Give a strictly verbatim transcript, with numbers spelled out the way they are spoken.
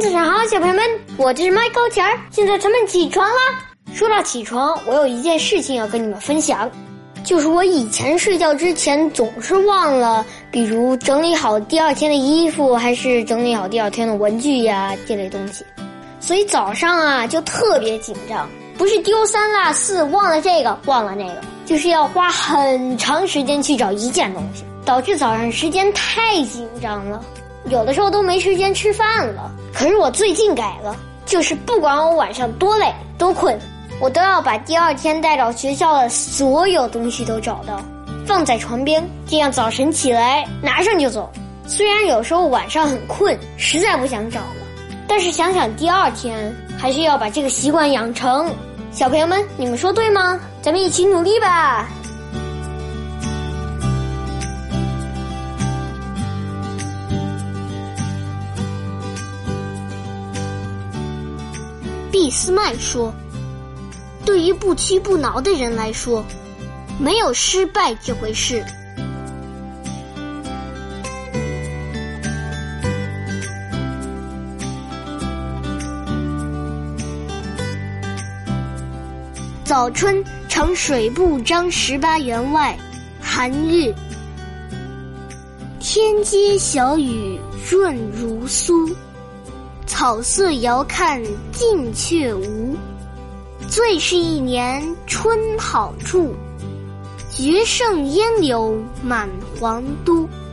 早上好，小朋友们，我就是麦高钱儿。现在咱们起床啦！说到起床，我有一件事情要跟你们分享，就是我以前睡觉之前总是忘了，比如整理好第二天的衣服，还是整理好第二天的文具呀这类东西，所以早上啊就特别紧张，不是丢三落四，忘了这个忘了那个，就是要花很长时间去找一件东西，导致早上时间太紧张了，有的时候都没时间吃饭了。可是我最近改了，就是不管我晚上多累多困，我都要把第二天带到学校的所有东西都找到，放在床边，这样早晨起来拿上就走。虽然有时候晚上很困，实在不想找了，但是想想第二天还是要把这个习惯养成。小朋友们，你们说对吗？咱们一起努力吧。俾斯麦说，对于不屈不挠的人来说，没有失败这回事。早春常水部张十八员外，韩愈。天街小雨润如酥，草色遥看近却无。最是一年春好处，绝胜烟柳满皇都。